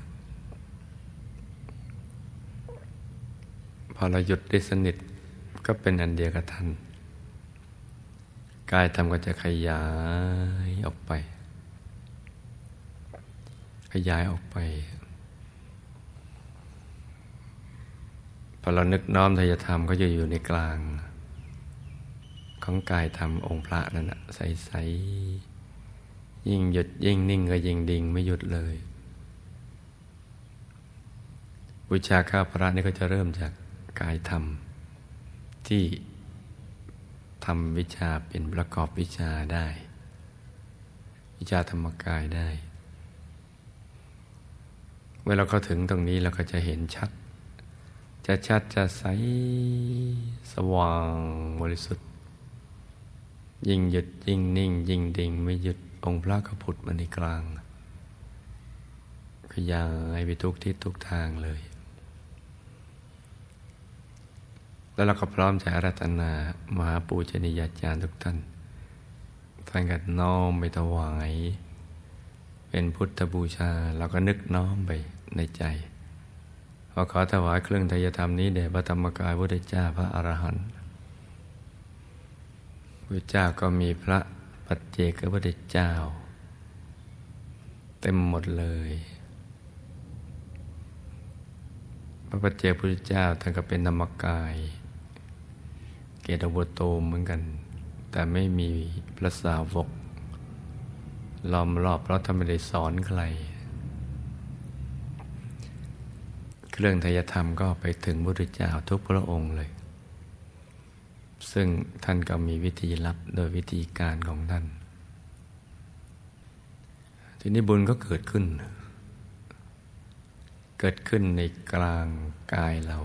พอเราหยุดได้สนิทก็เป็นอันเดียวกับท่านกายธรรมก็จะขยายออกไปขยายออกไปพอเรานึกน้อมไตรธรรมก็จะอยู่ในกลางของกายธรรมองค์พระนั่นนะใสๆยิ่งหยุดยิ่งนิ่งก็ยิ่งดิ่งไม่หยุดเลยบูชาข้าพระนี่ก็จะเริ่มจากกายธรรมที่ทำวิชาเป็นประกอบวิชาได้ วิชาธรรมกายได้เมื่อเราเข้าถึงตรงนี้เราก็จะเห็นชัดจะใสสว่างบริสุทธิ์ยิ่งหยุดยิ่งนิ่งยิ่งดิ่งไม่หยุดองค์พระก็ผุดมาในกลางขยายไปทุกทิศทุกทางเลยแล้วเราก็พร้อมจะอาราธนามหาปูชนียาจารย์ทุกท่านกันน้อมไปถวายเป็นพุทธบูชาเราก็นึกน้อมไปในใจขอถวายเครื่องไตรยธรรมนี้แด่พระธรรมกายพุทธเจ้าพระอรหันต์พระเจ้าก็มีพระปัจเจกพุทธเจ้าเต็มหมดเลยพระปัจเจกพุทธเจ้าท่านก็เป็นธรรมกายเกตวโตเหมือนกันแต่ไม่มีพระสาวกล้อมรอบเพราะท่านไม่ได้สอนใครเครื่องไตรยธรรมก็ไปถึงพระพุทธเจ้าทุกพระองค์เลยซึ่งท่านก็มีวิธีรับโดยวิธีการของท่านทีนี้บุญก็เกิดขึ้นในกลางกายเรา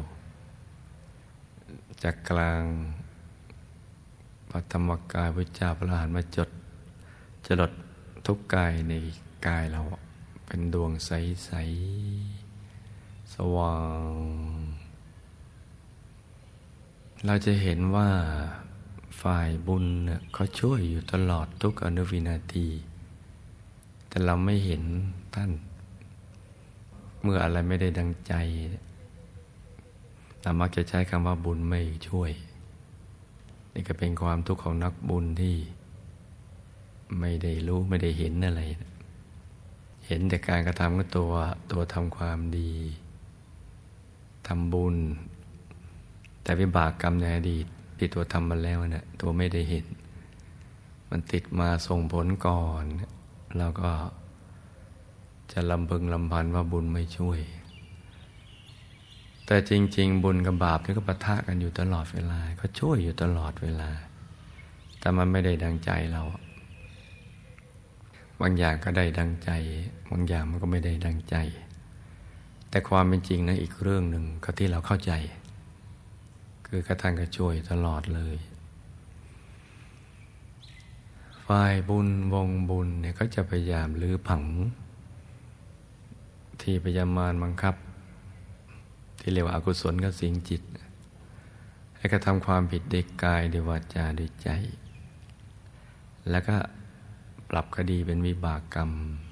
จากกลางพระธรรมกายพระเจ้าพระอรหันต์มาจรดทุกกายในกายเราเป็นดวงใสๆสว่างเราจะเห็นว่าฝ่ายบุญเขาช่วยอยู่ตลอดทุกอนุวินาทีแต่เราไม่เห็นท่านเมื่ออะไรไม่ได้ดังใจเรามักจะใช้คำว่าบุญไม่ช่วยนี่ก็เป็นความทุกข์ของนักบุญที่ไม่ได้รู้ไม่ได้เห็นอะไรเห็นแต่การกระทำของตัวทำความดีทำบุญแต่วิบากกรรมในอดีตที่ตัวทำมาแล้วเนี่ยตัวไม่ได้เห็นมันติดมาส่งผลก่อนเราก็จะลำพึงลำพันว่าบุญไม่ช่วยแต่จริงๆบุญกับบาปนี่ก็ปะทะกันอยู่ตลอดเวลาก็ช่วยอยู่ตลอดเวลาแต่มันไม่ได้ดังใจเราบางอย่างก็ได้ดังใจบางอย่างมันก็ไม่ได้ดังใจแต่ความเป็นจริงนะอีกเรื่องหนึ่งก็ที่เราเข้าใจคือกระทั่งก็ช่วยตลอดเลยฝ่ายบุญวงบุญเนี่ยก็จะพยายามลื้อผังที่พยามารบังคับที่เรียกว่าอกุศลกับสิงจิตให้กระทำความผิดด้วยกายด้วยวาจาด้วยใจแล้วก็ปรับคดีเป็นวิบากกรรม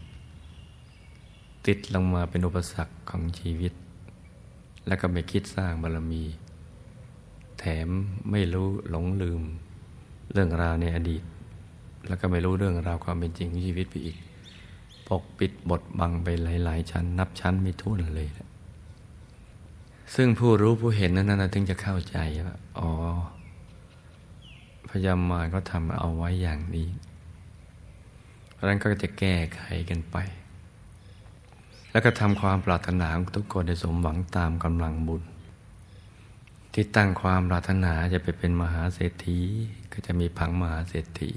ติดลงมาเป็นอุปสรรคของชีวิตแล้วก็ไม่คิดสร้างบารมีแถมไม่รู้หลงลืมเรื่องราวในอดีตแล้วก็ไม่รู้เรื่องราวความเป็นจริงของชีวิตไปอีกปกปิดบดบังไปหลายๆชั้นนับชั้นไม่ถ้วนเลยซึ่งผู้รู้ผู้เห็นนั้นถึงจะเข้าใจว่าอ๋อพยามารก็ทำเอาไว้อย่างนี้เพราะฉะนั้นก็จะแก้ไขกันไปแล้วก็ทำความปรารถนาของทุกคนให้สมหวังตามกำลังบุญที่ตั้งความปรารถนาจะไปเป็นมหาเศรษฐีก็จะมีผังมหาเศรษฐี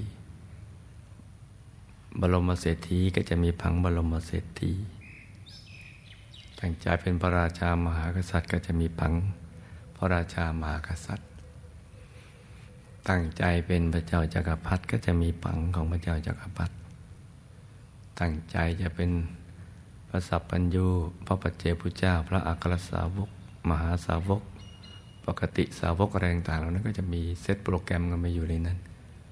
บรมเศรษฐีก็จะมีผังบรมเศรษฐีตั้งใจเป็นพระราชามหากษัตริย์ก็จะมีผังพระราชามหากษัตริย์ตั้งใจเป็นพระเจ้าจักรพรรดิก็จะมีผังของพระเจ้าจักรพรรดิตั้งใจจะเป็นพระสัพพัญญูพระปัจเจกพุทธเจ้าพระอัครสาวกมหาสาวกปกติสาวกอะไรต่างๆเหล่านั้นก็จะมีเซตโปรแกรมกันมาอยู่ในนั้น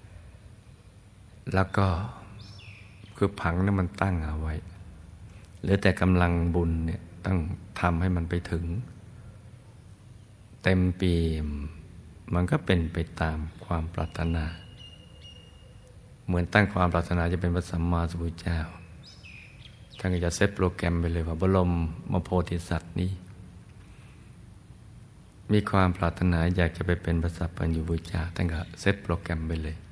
แล้วก็คือผังนั้นมันตั้งเอาไว้เหลือแต่กำลังบุญเนี่ยต้องทำให้มันไปถึงเต็มเปี่ยมมันก็เป็นไปตามความปรารถนาเหมือนตั้งความปรารถนาจะเป็นพระสัมมาสัมพุทธเจ้าท่านก็จะเซตโปรแกรมไปเลยว่าบรมโพธิสัตว์นี้มีความปรารถนาอยากจะไปเป็นพระสัพพัญญูพุทธเจ้าท่านก็เซตโปรแกรมไปเลย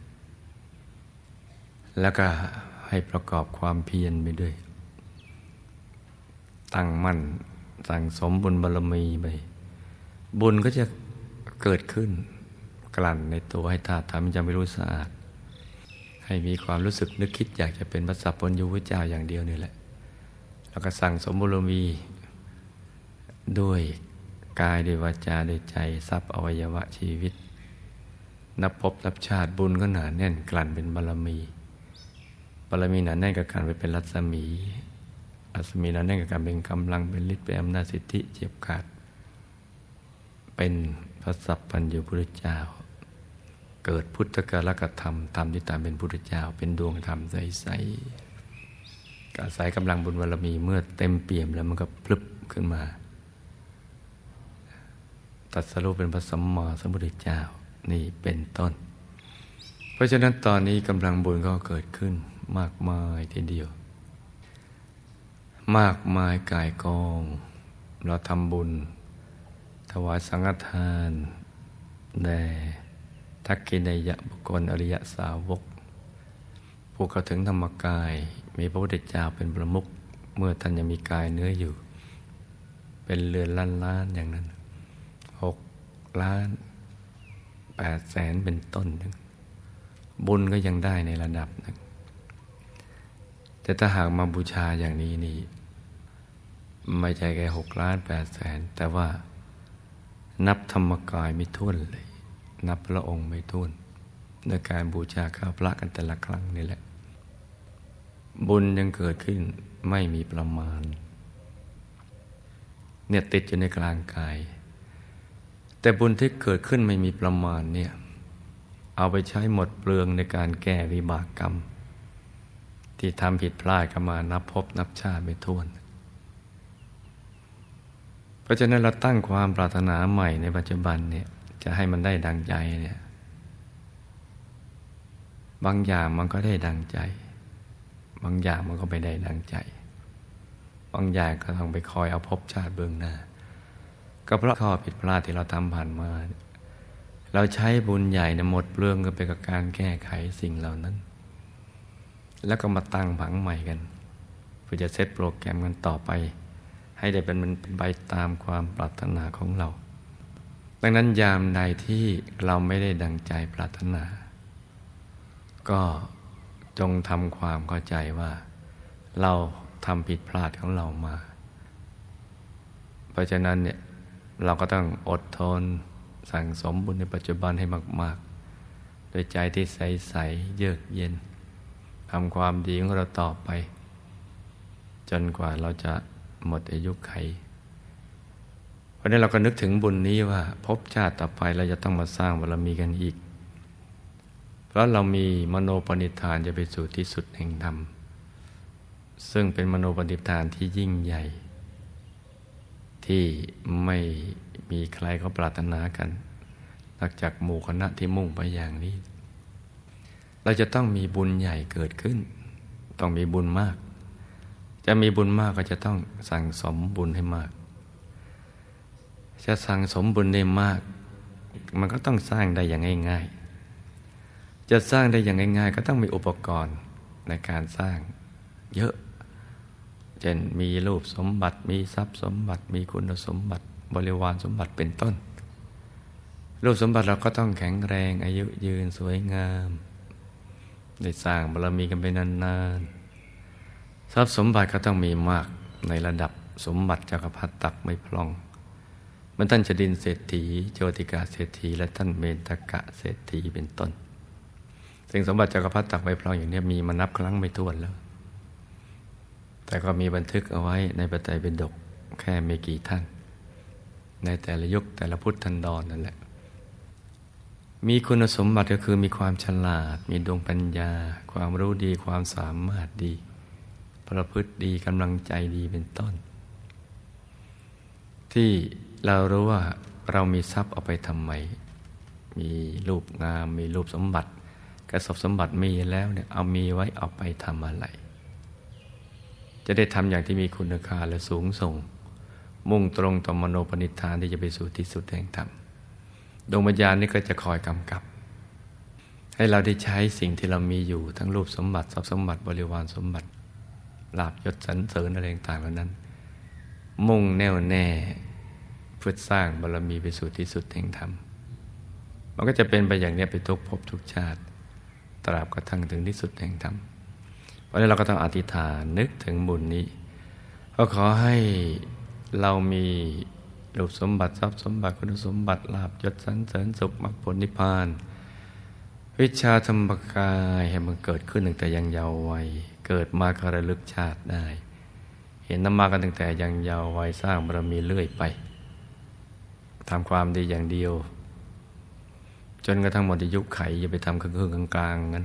แล้วก็ให้ประกอบความเพียรไปด้วยตั้งมั่นสั่งสมบุญบารมีไปบุญก็จะเกิดขึ้นกลั่นในตัวให้ธาตุทำให้ใจไม่รู้สะอาดให้มีความรู้สึกนึกคิดอยากจะเป็นพระสัพพัญญูพระเจ้าอย่างเดียวนี่แหละแล้วก็สั่งสมบุญมีด้วยกายด้วยวาจาด้วยใจทรัพย์อวัยวะชีวิตนับภพนับชาติบุญก็หนาแน่นกลั่นเป็นบารมีบารมีหนาแน่นกับการไปเป็นรัศมีรัศมีหนาแน่นกับการเป็นกำลังเป็นฤทธิ์เป็นอำนาจสิทธิเฉียบขาดเป็นพระสัพพัญญูพุทธเจ้าเกิดพุทธกาลกธรรมธรรมที่ตามเป็นพุทธเจ้าเป็นดวงธรรมใสๆอาศัยกำลังบุญบารมีเมื่อเต็มเปี่ยมแล้วมันก็พลึบขึ้นมาตรัสรู้เป็นพระสัมมาสัมพุทธเจ้านี่เป็นต้นเพราะฉะนั้นตอนนี้กำลังบุญก็เกิดขึ้นมากมายทีเดียวมากมายก่ายกองเราทำบุญถวายสังฆทานแด่ทักขิณัยยะบุคคลอริยสาวกผู้เข้าถึงธรรมกายมีพระพุทธเจ้าเป็นประมุขเมื่อท่านยังมีกายเนื้ออยู่เป็นเรือนล้านๆอย่างนั้น6,800,000เป็นต้นหนึ่งบุญก็ยังได้ในระดับหนึ่งแต่ถ้าหากมาบูชาอย่างนี้นี่ไม่ใช่แค่6,800,000แต่ว่านับธรรมกายไม่ถ้วนเลยนับพระองค์ไม่ถ้วนในการบูชาข้าพระกันแต่ละครั้งนี่แหละบุญยังเกิดขึ้นไม่มีประมาณเนี่ยติดอยู่ในกลางกายแต่บุญที่เกิดขึ้นไม่มีประมาณเนี่ยเอาไปใช้หมดเปลืองในการแก้วิบากกรรมที่ทำผิดพลาดกันมานับภพนับชาติไม่ถ้วนเพราะฉะนั้นเราตั้งความปรารถนาใหม่ในปัจจุบันเนี่ยจะให้มันได้ดังใจเนี่ยบางอย่างมันก็ได้ดังใจบางอย่างมันก็ไม่ได้ดังใจบางอย่างก็ต้องไปคอยเอาภพชาติเบื้องหน้าก็เพราะข้อผิดพลาดที่เราทำผ่านมาเราใช้บุญใหญ่หมดเปลืองกันไปกับการแก้ไขสิ่งเหล่านั้นแล้วก็มาตั้งผังใหม่กันเพื่อจะเซตโปรแกรมกันต่อไปให้ได้เป็นไปตามความปรารถนาของเราดังนั้นยามใดที่เราไม่ได้ดังใจปรารถนาก็จงทำความเข้าใจว่าเราทำผิดพลาดของเรามาเพราะฉะนั้นเนี่ยเราก็ต้องอดทนสั่งสมบุญในปัจจุบันให้มากๆโดยใจที่ใสๆเยือกเย็นทำความดีของเราต่อไปจนกว่าเราจะหมดอายุไขเพราะนั้นเราก็นึกถึงบุญนี้ว่าภพชาติต่อไปเราจะต้องมาสร้างบารมีกันอีกเพราะเรามีมโนปณิธานจะไปสู่ที่สุดแห่งธรรมซึ่งเป็นมโนปณิธานที่ยิ่งใหญ่ที่ไม่มีใครเขาปรารถนากันนอกจากหมู่คณะที่มุ่งไปอย่างนี้เราจะต้องมีบุญใหญ่เกิดขึ้นต้องมีบุญมากจะมีบุญมากก็จะต้องสั่งสมบุญให้มากจะสั่งสมบุญได้มากมันก็ต้องสร้างได้อย่างง่ายๆจะสร้างได้อย่างง่ายๆก็ต้องมีอุปกรณ์ในการสร้างเยอะเช่นมีรูปสมบัติมีทรัพย์สมบัติมีคุณสมบัติบริวารสมบัติเป็นต้นรูปสมบัติเราก็ต้องแข็งแรงอายุยืนสวยงามได้สร้างบารมีกันไปนานๆทรัพย์สมบัติก็ต้องมีมากในระดับสมบัติจักรพรรดิตักไม่พร่องเหมือนท่านชดินเศรษฐีโจติกาเศรษฐีและท่านเมตกะเศรษฐีเป็นต้นสิ่งสมบัติจักรพรรดิตักไม่พร่องอย่างนี้มีมานับครั้งไม่ถ้วนแล้วแต่ก็มีบันทึกเอาไว้ในพระไตรปิฎกแค่ไม่กี่ท่านในแต่ละยุคแต่ละพุทธันดรนั่นแหละมีคุณสมบัติก็คือมีความฉลาดมีดวงปัญญาความรู้ดีความสามารถดีประพฤติดีกำลังใจดีเป็นต้นที่เรารู้ว่าเรามีทรัพย์เอาไปทำไมมีรูปงามมีรูปสมบัติกระสอบสมบัติมีแล้วเนี่ยเอามีไว้เอาไปทำอะไรจะได้ทำอย่างที่มีคุณค่าและสูงส่งมุ่งตรงต่อมโนปณิธานที่จะไปสู่ที่สุดแห่งธรรมดวงวิญญาณนี่ก็จะคอยกำกับให้เราได้ใช้สิ่งที่เรามีอยู่ทั้งรูปสมบัติทรัพย์สมบัติบริวารสมบัติลาภยศสรรเสริญอะไรต่างๆเหล่านั้นมุ่งแน่วแน่เพื่อสร้างบารมีไปสู่ที่สุดแห่งธรรมมันก็จะเป็นไปอย่างนี้ไปทุกภพทุกชาติตราบกระทั่งถึงที่สุดแห่งธรรมเพราะฉะนั้นเราก็ต้องอธิษฐานนึกถึงบุญนี้ก็ขอให้เรามีรูปสมบัติทรัพย์สมบัติคุณสมบัติลาภยศสรรเสริญสุขมรรคผลนิพพานวิชาธรรมกายให้มันเกิดขึ้นตั้งแต่ยังเยาว์วัยเกิดมาก็ระลึกชาติได้เห็นนำมากันตั้งแต่ยังเยาว์วัยสร้างบารมีเรื่อยไปทำความดีอย่างเดียวจนกระทั่งหมดอายุไขอย่าไปทำครึ่งๆกลางๆงั้น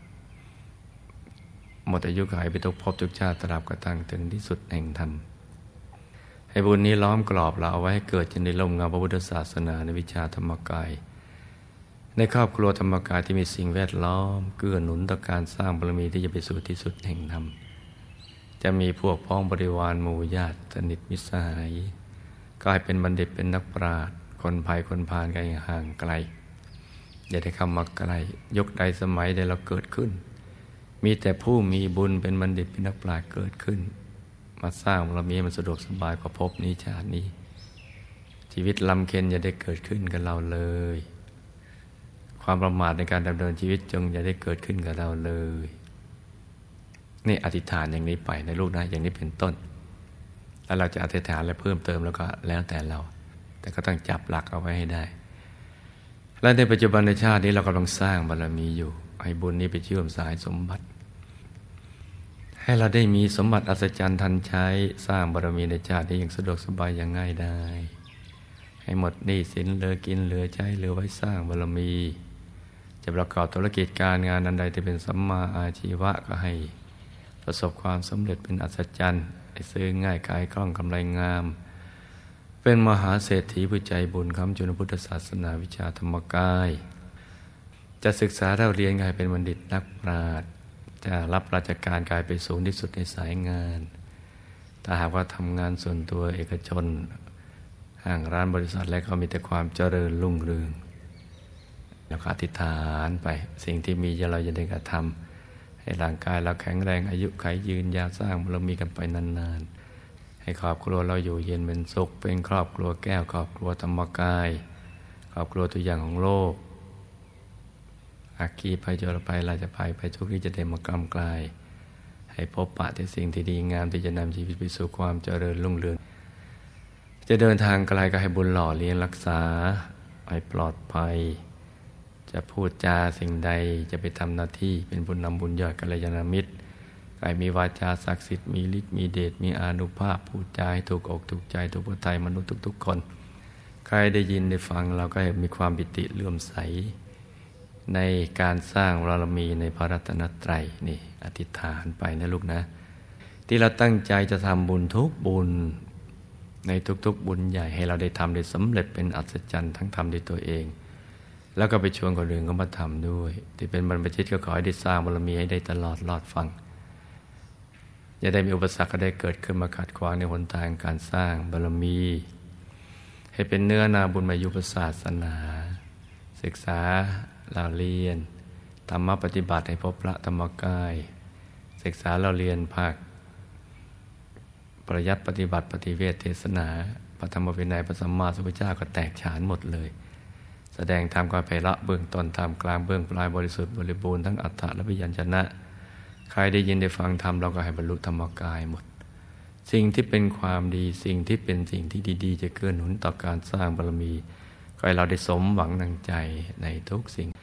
หมดอายุไขไปทุกภพทุกชาติตราบกระทั่งถึงที่สุดแห่งธรรมให้บุญนี้ล้อมกรอบเราเอาไว้ให้เกิดในร่มเงาพระพุทธศาสนาในวิชาธรรมกายในครอบครัวธรรมกายที่มีสิ่งแวดล้อมเกื้อหนุนต่อการสร้างบารมีที่จะไปสู่ที่สุดแห่งธรรมจะมีพวกพ้องบริวารหมู่ญาติสนิทมิตรสหายกลายเป็นบัณฑิตเป็นนักปราชญ์คนภัยคนพาลกันอย่างห่างไกลอย่าได้เข้ามาใกล้ยกใดสมัยใดเราเกิดขึ้นมีแต่ผู้มีบุญเป็นบัณฑิตเป็นนักปราชญ์เกิดขึ้นมาสร้างบารมีมันสะดวกสบายกว่าภพนี้ชาตินี้ชีวิตลำเค็ญอย่าได้เกิดขึ้นกับเราเลยความประมาทในการดำเนินชีวิตจงอย่าได้เกิดขึ้นกับเราเลยนี่อธิษฐานอย่างนี้ไปนะลูกนะอย่างนี้เป็นต้นแล้วเราจะอธิษฐานและเพิ่มเติมแล้วก็แล้วแต่เราแต่ก็ต้องจับหลักเอาไว้ให้ได้และในปัจจุบันในชาตินี้เรากำลังสร้างบารมีอยู่ให้บุญนี้ไปเชื่อมสายสมบัติให้เราได้มีสมบัติอัศจรรย์ทันใช้สร้างบารมีในชาตินี้อย่างสะดวกสบายอย่างง่ายได้ให้หมดหนี้สินเหลือกินเหลือใช้เหลือไว้สร้างบารมีจะประกอบธุรกิจการงานอันใดที่เป็นสัมมาอาชีวะก็ให้ประสบความสำเร็จเป็นอัศจรรย์ให้ซื้อง่ายขายคล่องกำไรงามเป็นมหาเศรษฐีผู้ใจบุญคำจุนพุทธศาสนาวิชาธรรมกายจะศึกษาเล่าเรียนกลายเป็นบัณฑิตนักปราชญ์จะรับราชการกลายไปสูงที่สุดในสายงานถ้าหากว่าทำงานส่วนตัวเอกชนห้างร้านบริษัทและก็มีแต่ความเจริญรุ่งเรืองแล้วก็อธิษฐานไปสิ่งที่มีเราจะได้กระทำให้ร่างกายเราแข็งแรงอายุขัยยืนยาวสร้างบารมีกันไปนานๆให้ครอบครัวเราอยู่เย็นเป็นสุขเป็นครอบครัวแก้วครอบครัวธรรมกายครอบครัวตัวอย่างของโลกอาคีภัยโจรภัยราชภัยภัยทุกข์ที่จะได้มากำกลายให้พบปะแต่สิ่งที่ดีงามที่จะนำชีวิตไปสู่ความเจริญรุ่งเรืองจะเดินทางไกลก็ให้บุญหล่อเลี้ยงรักษาให้ปลอดภัยจะพูดจาสิ่งใดจะไปทำหน้าที่เป็นบุญนำบุญยอดกัลยาณมิตรใครมีวาจาศักดิ์สิทธิ์มีฤทธิ์มีเดชมีอานุภาพพูดจาให้ถูกอกถูกใจถูกพระทัยมนุษย์ทุกๆคนใครได้ยินได้ฟังเราก็ให้มีความปิติเลื่อมใสในการสร้างบารมีในพระรัตนตรัยนี่อธิษฐานไปนะลูกนะที่เราตั้งใจจะทำบุญทุกบุญในทุกๆบุญใหญ่ให้เราได้ทำได้สำเร็จเป็นอัศจรรย์ทั้งทำด้วยตัวเองแล้วก็ไปชวนคนอื่นก็มาทำด้วยที่เป็นบรรพชิตก็ขอให้ได้สร้างบารมีให้ได้ตลอดรอดฟังอย่าได้มีอุปสรรคก็ได้เกิดขึ้นมาขัดขวางในหนทางการสร้างบารมีให้เป็นเนื้อนาบุญมายุปศาสนาศึกษาเราเรียนธรรมปฏิบัติให้พบพระธรรมกายศึกษาเราเรียนภาคปริยัติปฏิบัติปฏิเวทเทศนาพระธรรมวินัยพระสัมมาสัมพุทธเจ้าก็แตกฉานหมดเลยแสดงธรรมความไพเราะเบื้องต้นธรรมกลางเบื้องปลายบริสุทธิ์บริบูรณ์ทั้งอัฏฐะและพยัญชนะใครได้ยินได้ฟังธรรมเราก็ให้บรรลุธรรมกายหมดสิ่งที่เป็นความดีสิ่งที่เป็นสิ่งที่ดีๆจะเกื้อหนุนต่อการสร้างบารมีขอให้เราได้สมหวังดังใจในทุกสิ่ง